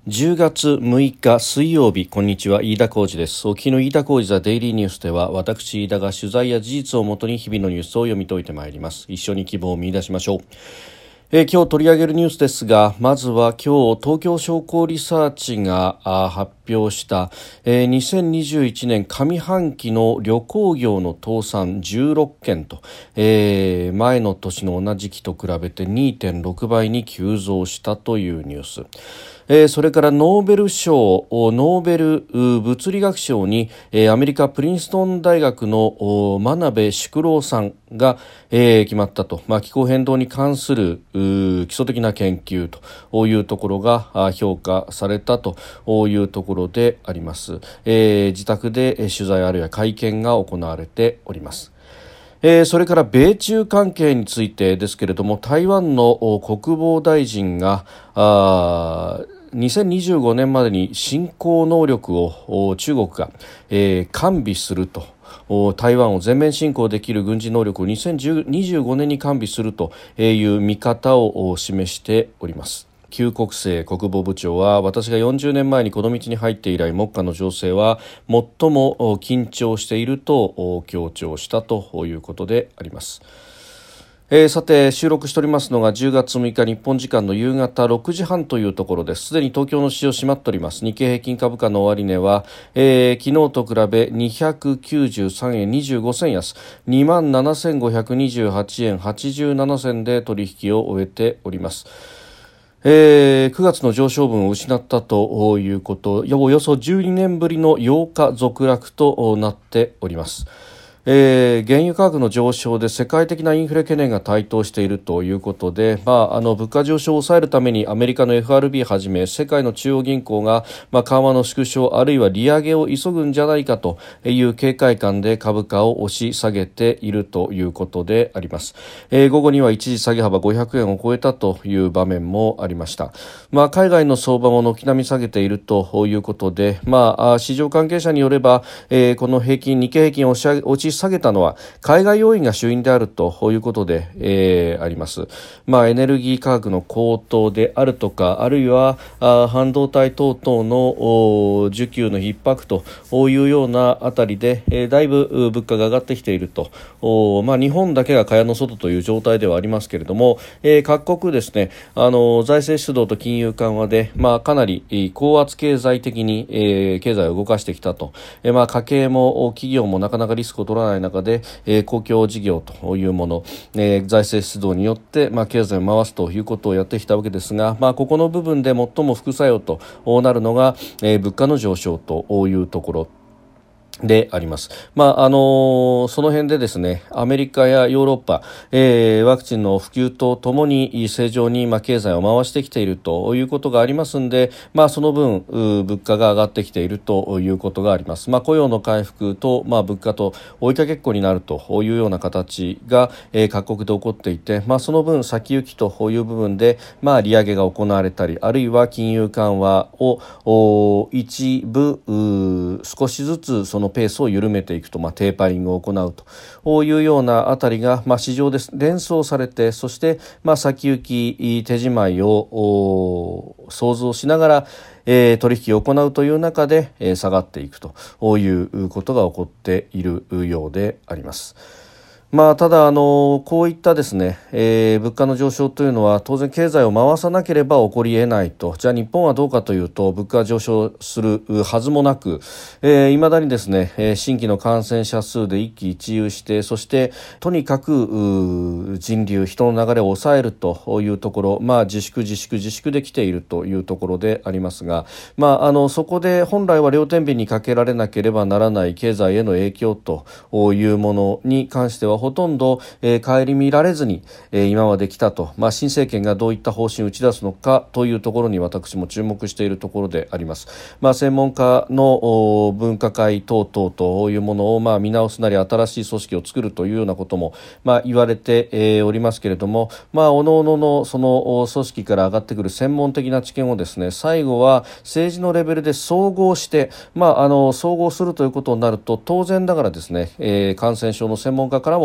10月6日水曜日、こんにちは、飯田浩司です。お聞きの飯田浩司ザデイリーニュースでは、私飯田が取材や事実をもとに日々のニュースを読み解いてまいります。一緒に希望を見出しましょう。今日取り上げるニュースですが、まずは今日東京商工リサーチが発表した、2021年上半期の旅行業の倒産16件と、前の年の同じ期と比べて 2.6 倍に急増したというニュース。それからノーベル賞、ノーベル物理学賞に、アメリカプリンストン大学の真鍋淑郎さんが、決まったと、気候変動に関する基礎的な研究というところが評価されたというところであります。自宅で取材あるいは会見が行われております。それから米中関係についてですけれども、台湾の国防大臣が2025年までに侵攻能力を中国が、完備すると、台湾を全面侵攻できる軍事能力を2025年に完備するという見方を示しております。邱国正国防部長は、私が40年前にこの道に入って以来、目下の情勢は最も緊張していると強調したということであります。さて、収録しておりますのが10月6日日本時間の夕方6時半というところです。すでに東京の市場閉まっております。日経平均株価の終値は、昨日と比べ293円25銭安、27,528円87銭で取引を終えております。9月の上昇分を失ったということ、およそ12年ぶりの8日続落となっております。原油価格の上昇で世界的なインフレ懸念が台頭しているということで、物価上昇を抑えるためにアメリカの FRB はじめ世界の中央銀行が、緩和の縮小あるいは利上げを急ぐんじゃないかという警戒感で株価を押し下げているということであります。午後には一時下げ幅500円を超えたという場面もありました。海外の相場も軒並み下げているということで、市場関係者によれば、この日経平均を落ち下げたのは海外要因が主因であるということで、あります。エネルギー価格の高騰であるとか、あるいは半導体等々の需給の逼迫というようなあたりで、だいぶ物価が上がってきていると。日本だけが蚊帳の外という状態ではありますけれども、各国ですね、財政出動と金融緩和で、かなり高圧経済的に、経済を動かしてきたと。家計も企業もなかなかリスクを取らない中で、公共事業というもの、財政出動によって、経済を回すということをやってきたわけですが、ここの部分で最も副作用となるのが、物価の上昇というところであります。その辺でですね、アメリカやヨーロッパ、ワクチンの普及とともに正常に経済を回してきているということがありますので、その分物価が上がってきているということがあります。雇用の回復と、物価と追いかけっこになるというような形が、各国で起こっていて、その分先行きという部分で、利上げが行われたり、あるいは金融緩和を一部少しずつそのペースを緩めていくと、テーパリングを行うというようなあたりが、市場で連想されて、そして、先行き手仕舞いを想像しながら、取引を行うという中で、下がっていくということが起こっているようであります。ただこういったですね、物価の上昇というのは当然経済を回さなければ起こり得ないと。じゃあ日本はどうかというと、物価が上昇するはずもなく、未だにですね、新規の感染者数で一喜一憂して、そしてとにかく人流、人の流れを抑えるというところ、自粛できているというところでありますが、そこで本来は両天秤にかけられなければならない経済への影響というものに関してはほとんど、顧みられずに、今まで来たと、新政権がどういった方針を打ち出すのかというところに私も注目しているところであります。専門家の分科会等々というものを見直すなり新しい組織を作るというようなことも言われておりますけれども、各々のその組織から上がってくる専門的な知見をですね、最後は政治のレベルで総合して、総合するということになると当然ながらですね、感染症の専門家からも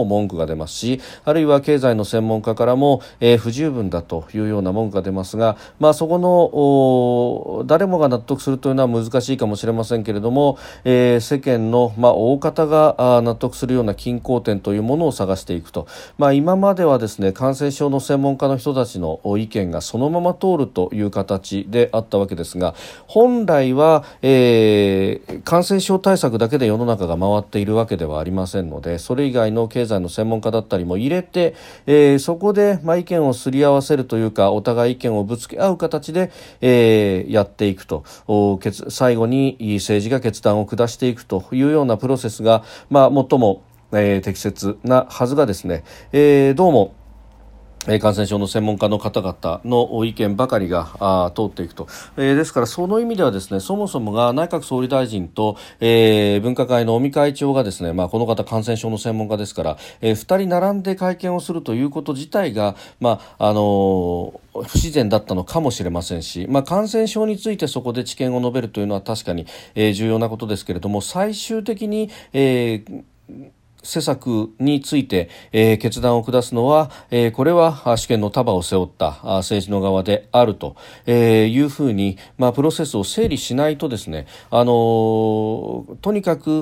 文句が出ますし、あるいは経済の専門家からも、不十分だというような文句が出ますが、そこの誰もが納得するというのは難しいかもしれませんけれども、世間の、大方が納得するような均衡点というものを探していくと、今まではですね、感染症の専門家の人たちの意見がそのまま通るという形であったわけですが、本来は、感染症対策だけで世の中が回っているわけではありませんので、それ以外の経済の専門家だったりも入れて、そこで、意見をすり合わせるというか、お互い意見をぶつけ合う形で、やっていくと、最後に政治が決断を下していくというようなプロセスが、最も、適切なはずがですね、どうも感染症の専門家の方々の意見ばかりが通っていくと、ですからその意味ではですね、そもそもが内閣総理大臣と、分科会の尾身会長がですね、この方感染症の専門家ですから、2人並んで会見をするということ自体が、不自然だったのかもしれませんし、感染症についてそこで知見を述べるというのは確かに、重要なことですけれども、最終的に、施策について、決断を下すのは、これは主権の束を背負った政治の側であると、いうふうに、プロセスを整理しないとですね、とにかく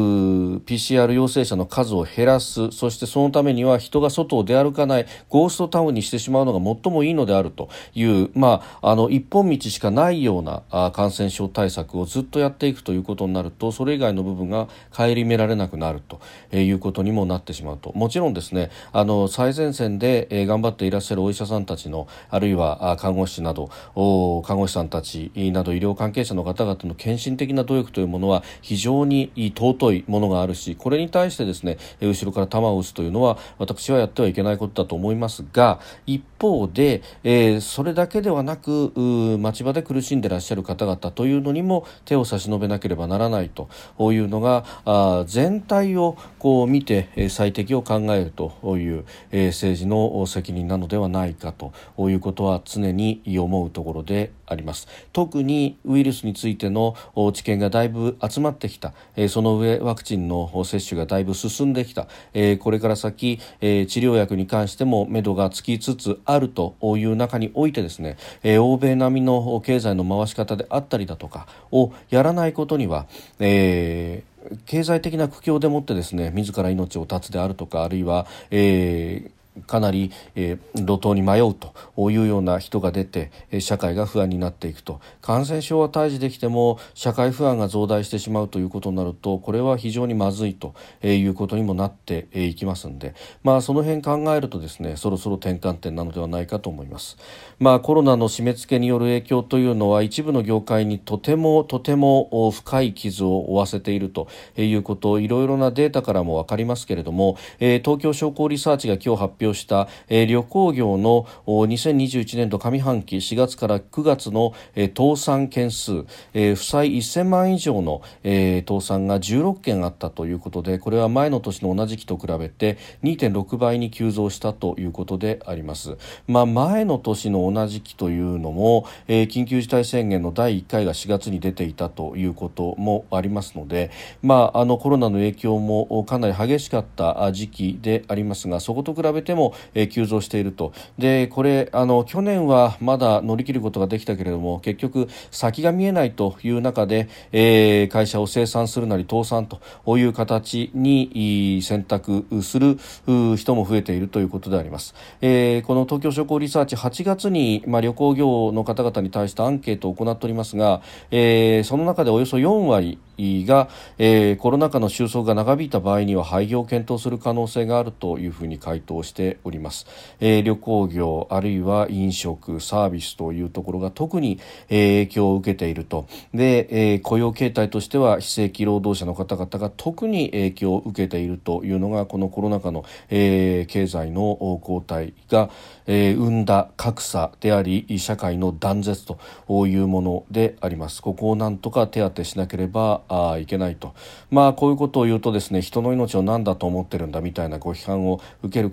PCR 陽性者の数を減らす、そしてそのためには人が外を出歩かないゴーストタウンにしてしまうのが最もいいのであるという、一本道しかないような感染症対策をずっとやっていくということになると、それ以外の部分が顧みられなくなるということにもなってしまうと。もちろんですね、最前線で、頑張っていらっしゃるお医者さんたちの、あるいは看護師など看護師さんたちなど医療関係者の方々の献身的な努力というものは非常に尊いものがあるし、これに対してですね、後ろから弾を打つというのは私はやってはいけないことだと思いますが、一方で、それだけではなく町場で苦しんでいらっしゃる方々というのにも手を差し伸べなければならないというのが、全体を見て最適を考えるという、政治の責任なのではないかということは常に思うところであります。特にウイルスについての知見がだいぶ集まってきた、その上ワクチンの接種がだいぶ進んできた、これから先、治療薬に関しても目処がつきつつあるという中においてですね、欧米並みの経済の回し方であったりだとかをやらないことには、経済的な苦境でもってですね、自ら命を絶つであるとか、あるいは、かなり、路頭に迷うというような人が出て、社会が不安になっていくと。感染症は退治できても社会不安が増大してしまうということになると、これは非常にまずいということにもなっていきますので、その辺考えるとですね、そろそろ転換点なのではないかと思います。コロナの締め付けによる影響というのは一部の業界にとても深い傷を負わせているということ、いろいろなデータからも分かりますけれども、東京商工リサーチが今日発表した、旅行業の2021年度上半期4月から9月の、倒産件数、負債1000万以上の、倒産が16件あったということで、これは前の年の同じ期と比べて 2.6 倍に急増したということであります。前の年の同じ期というのも、緊急事態宣言の第1回が4月に出ていたということもありますので、コロナの影響もかなり激しかった時期でありますが、そこと比べても、急増していると。で、これ去年はまだ乗り切ることができたけれども、結局先が見えないという中で、会社を清算するなり倒産という形に選択する人も増えているということであります。この東京商工リサーチ8月に、旅行業の方々に対してアンケートを行っておりますが、その中でおよそ4割が、コロナ禍の収束が長引いた場合には廃業を検討する可能性があるというふうに回答しております。旅行業あるいは飲食サービスというところが特に、影響を受けていると。で、雇用形態としては非正規労働者の方々が特に影響を受けているというのがこのコロナ禍の、経済の後退が、生んだ格差であり社会の断絶というものであります。ここをなんとか手当てしなければいけないと。こういうことを言うとですね、人の命を何だと思ってるんだみたいなご批判を受けることもあ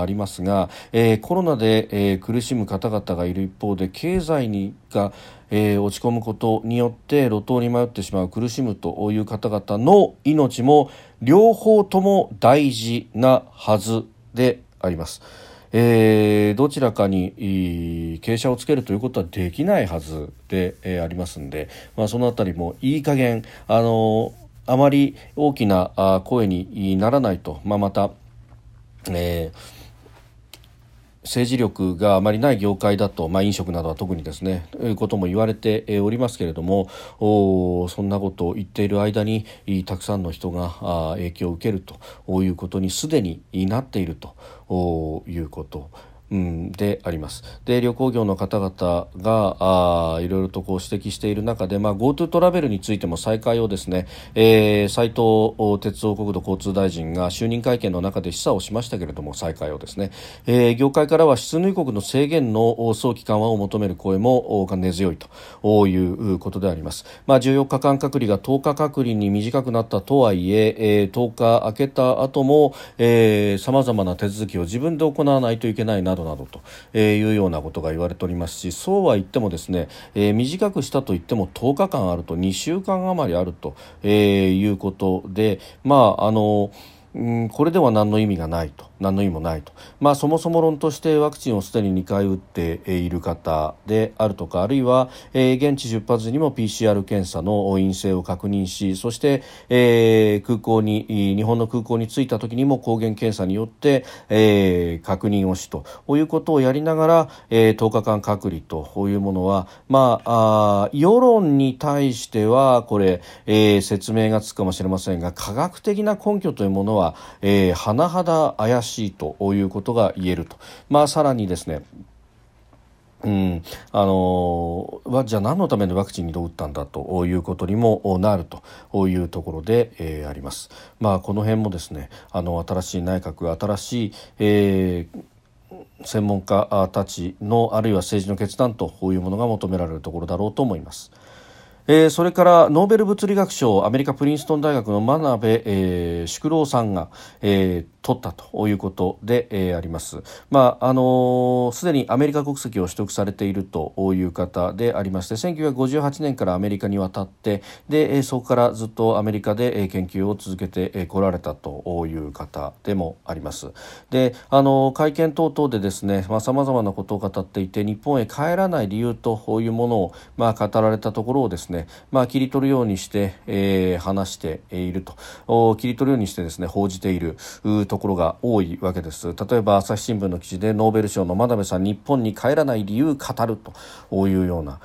りますが、コロナで、苦しむ方々がいる一方で経済が落ち込むことによって路頭に迷ってしまう苦しむという方々の命も両方とも大事なはずであります。どちらかに傾斜をつけるということはできないはずで、ありますんで、そのあたりもいい加減あまり大きな声にならないと、また、政治力があまりない業界だと、飲食などは特にですね、ということも言われておりますけれども、そんなことを言っている間にたくさんの人が影響を受けるということにすでになっているということであります。で、旅行業の方々がいろいろとこう指摘している中で、GoTo トラベルについても再開をですね、斉藤鉄道国土交通大臣が就任会見の中で示唆をしましたけれども、再開をですね、業界からは出入国の制限の早期緩和を求める声も根強いということであります。14日間隔離が10日隔離に短くなったとはいえ、10日空けた後も様々な手続きを自分で行わないといけないなどというようなことが言われておりますし、そうは言ってもですね、短くしたと言っても10日間あると2週間余りあるということで、これでは何の意味もないと、そもそも論としてワクチンをすでに2回打っている方であるとか、あるいは、現地出発時にも PCR 検査の陰性を確認し、そして、日本の空港に着いた時にも抗原検査によって、確認をしということをやりながら、10日間隔離というものは、世論に対してはこれ、説明がつくかもしれませんが、科学的な根拠というものは甚だ怪しいということが言えると。さらにですね、じゃあ何のためにワクチン2度打ったんだということにもなるというところで、あります。この辺もですね、新しい内閣、新しい、専門家たちのあるいは政治の決断というものが求められるところだろうと思います。それからノーベル物理学賞、アメリカプリンストン大学の真鍋、淑郎さんが、取ったということで、あります。すでにアメリカ国籍を取得されているという方でありまして、1958年からアメリカに渡って、でそこからずっとアメリカで研究を続けてこられたという方でもあります。で、会見等々でですね、様々なことを語っていて、日本へ帰らない理由というものを語られたところをですね、切り取るようにして、話していると、切り取るようにしてですね、報じているところが多いわけです。例えば朝日新聞の記事で、ノーベル賞の真鍋さん、日本に帰らない理由語るというような、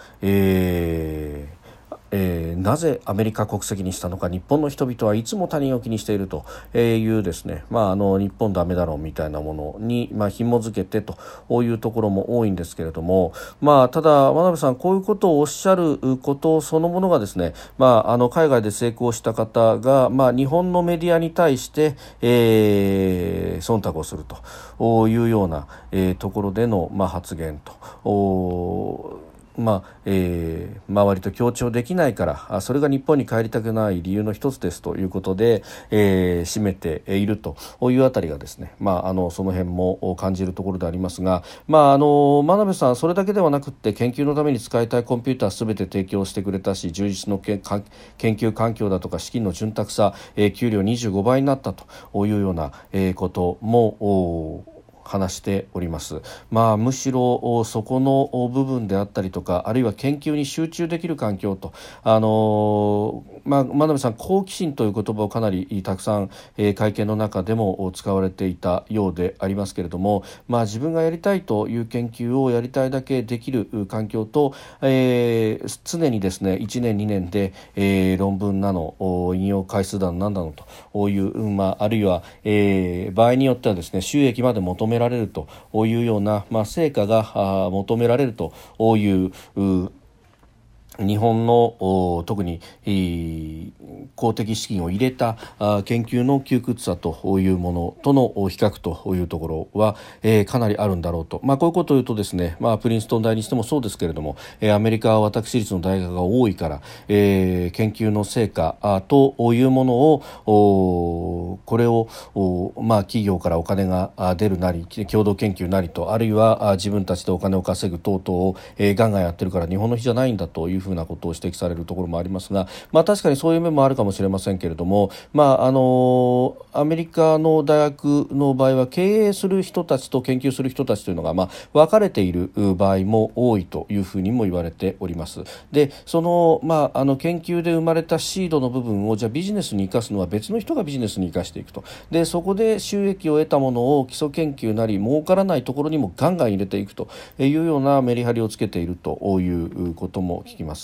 なぜアメリカ国籍にしたのか、日本の人々はいつも他人を気にしているというですね、日本ダメだろうみたいなものに、紐づけてというところも多いんですけれども、ただ真鍋さん、こういうことをおっしゃることそのものがですね、海外で成功した方が、日本のメディアに対して、忖度をするというような、ところでの、発言と周りと協調できないから、それが日本に帰りたくない理由の一つですということで、占めているというあたりがですね、その辺も感じるところでありますが、真鍋さん、それだけではなくって研究のために使いたいコンピューターすべて提供してくれたし、充実の研究環境だとか資金の潤沢さ、給料25倍になったというようなことも話しております。むしろそこの部分であったりとか、あるいは研究に集中できる環境と、真鍋さん、好奇心という言葉をかなりたくさん、会見の中でも使われていたようでありますけれども、自分がやりたいという研究をやりたいだけできる環境と、常にですね1年2年で、論文なの引用回数だのなんだのという、あるいは、場合によってはですね収益まで求められるというような、成果が求められるという日本の特に公的資金を入れた研究の窮屈さというものとの比較というところは、かなりあるんだろうと、こういうことを言うとですね、プリンストン大にしてもそうですけれども、アメリカは私立の大学が多いから、研究の成果というものをこれを企業からお金が出るなり共同研究なりと、あるいは自分たちでお金を稼ぐ等々をガンガンやってるから日本の比じゃないんだというふうなことを指摘されるところもありますが、確かにそういう面もあるかもしれませんけれども、アメリカの大学の場合は経営する人たちと研究する人たちというのが分かれている場合も多いというふうにも言われております。で、その、研究で生まれたシードの部分をじゃあビジネスに生かすのは別の人がビジネスに生かしていくと。で、そこで収益を得たものを基礎研究なり儲からないところにもガンガン入れていくというようなメリハリをつけているということも聞きます。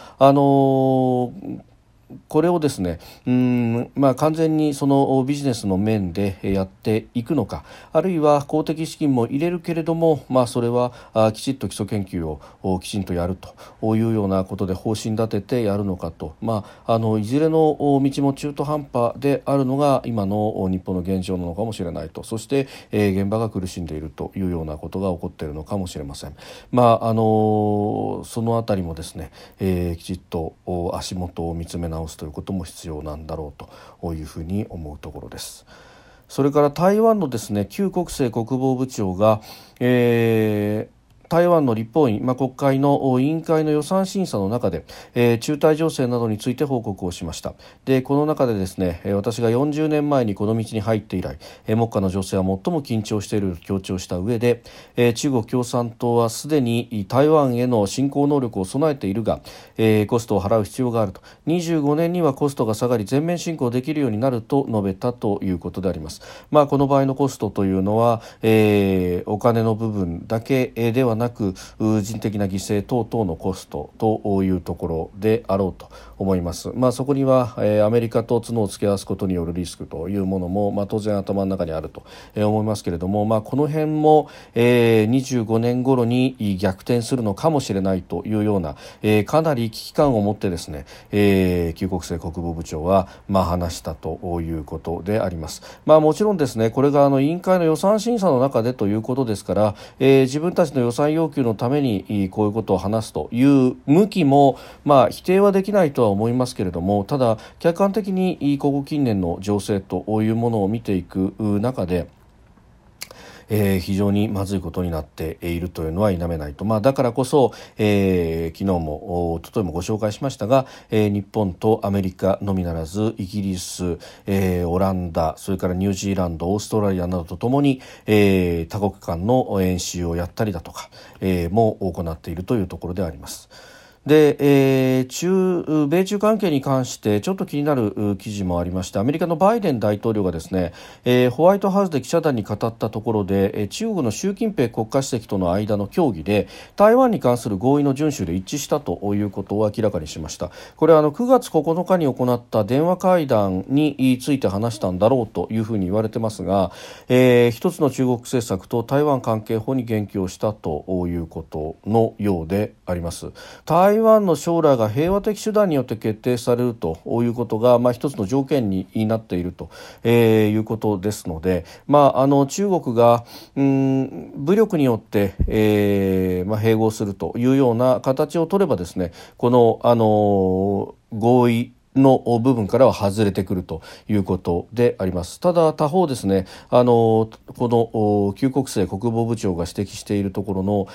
これをですね、完全にそのビジネスの面でやっていくのか、あるいは公的資金も入れるけれども、それはきちっと基礎研究をきちんとやるというようなことで方針立ててやるのかと、いずれの道も中途半端であるのが今の日本の現状なのかもしれないと。そして、現場が苦しんでいるというようなことが起こっているのかもしれません。そのあたりもですね、きちっと足元を見つめ直すということも必要なんだろうというふうに思うところです。それから台湾のですね、邱国正国防部長が、台湾の立法院、国会の委員会の予算審査の中で、中台情勢などについて報告をしました。で、この中でですね、私が40年前にこの道に入って以来、目下の情勢は最も緊張していると強調した上で、中国共産党はすでに台湾への侵攻能力を備えているが、コストを払う必要があると。25年にはコストが下がり全面侵攻できるようになると述べたということであります。この場合のコストというのは、お金の部分だけではなく人的な犠牲等々のコストというところであろうと思います。そこには、アメリカと角を付け合わすことによるリスクというものも、当然頭の中にあると思いますけれども、この辺も、25年頃に逆転するのかもしれないというような、かなり危機感を持ってですね、邱国正国防部長は、話したということであります。もちろんですね、これが委員会の予算審査の中でということですから、自分たちの予算要求のためにこういうことを話すという向きも、否定はできないとは思いますけれども、ただ客観的にここ近年の情勢というものを見ていく中で、非常にまずいことになっているというのは否めないと。だからこそ、昨日もおとといもご紹介しましたが、日本とアメリカのみならずイギリス、オランダ、それからニュージーランド、オーストラリアなどとともに、多国間の演習をやったりだとか、も行っているというところであります。で、米中関係に関してちょっと気になる記事もありまして、アメリカのバイデン大統領がですね、ホワイトハウスで記者団に語ったところで、中国の習近平国家主席との間の協議で台湾に関する合意の遵守で一致したということを明らかにしました。これは9月9日に行った電話会談について話したんだろうというふうに言われてますが、一つの中国政策と台湾関係法に言及をしたということのようであります。台湾の将来が平和的手段によって決定されるということが、一つの条件になっていると、いうことですので、中国が武力によって、併合するというような形を取ればですね、この、合意の部分からは外れてくるということであります。ただ他方ですね、この邱国正国防部長が指摘しているところの、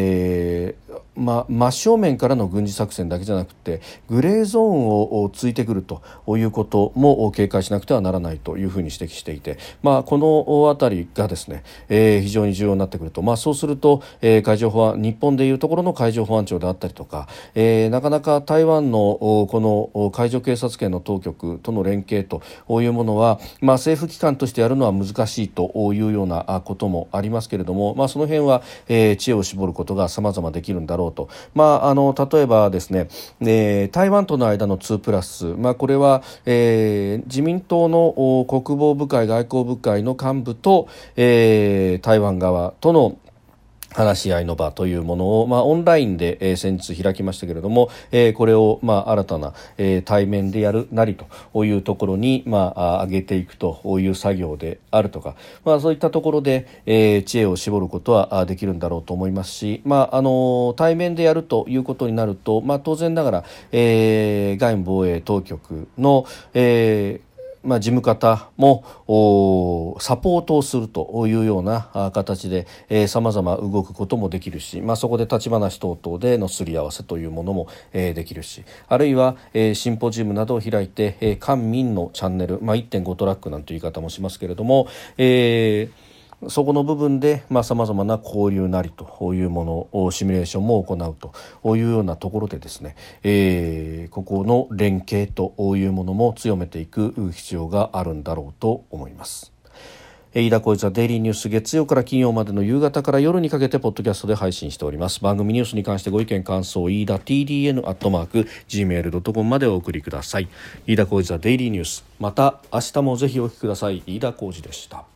真正面からの軍事作戦だけじゃなくてグレーゾーンをついてくるということも警戒しなくてはならないというふうに指摘していて、このあたりがですね、非常に重要になってくると、そうすると、海上保安日本でいうところの海上保安庁であったりとか、なかなか台湾のこの海上警察権の当局との連携というものは、政府機関としてやるのは難しいというようなこともありますけれども、その辺は、知恵を絞ることが様々できるんだろうと。例えばですね、台湾との間の2プラス、これは、自民党の国防部会外交部会の幹部と、台湾側との話し合いの場というものを、オンラインで、先日開きましたけれども、これを、新たな、対面でやるなりというところに、上げていくという作業であるとか、そういったところで、知恵を絞ることはできるんだろうと思いますし、対面でやるということになると、当然ながら、外務防衛当局の、事務方もサポートをするというような形で様々動くこともできるし、そこで立ち話等々でのすり合わせというものもできるし、あるいはシンポジウムなどを開いて官民のチャンネル、1.5 トラックなんていう言い方もしますけれども、そこの部分で様々な交流なりというものをシミュレーションも行うというようなところでですね、ここの連携というものも強めていく必要があるんだろうと思います。飯田浩司ザデイリーニュース、月曜から金曜までの夕方から夜にかけてポッドキャストで配信しております。番組ニュースに関してご意見感想、飯田 TDN@gmail.com までお送りください。飯田浩司ザデイリーニュース、また明日もぜひお聞きください。飯田浩司でした。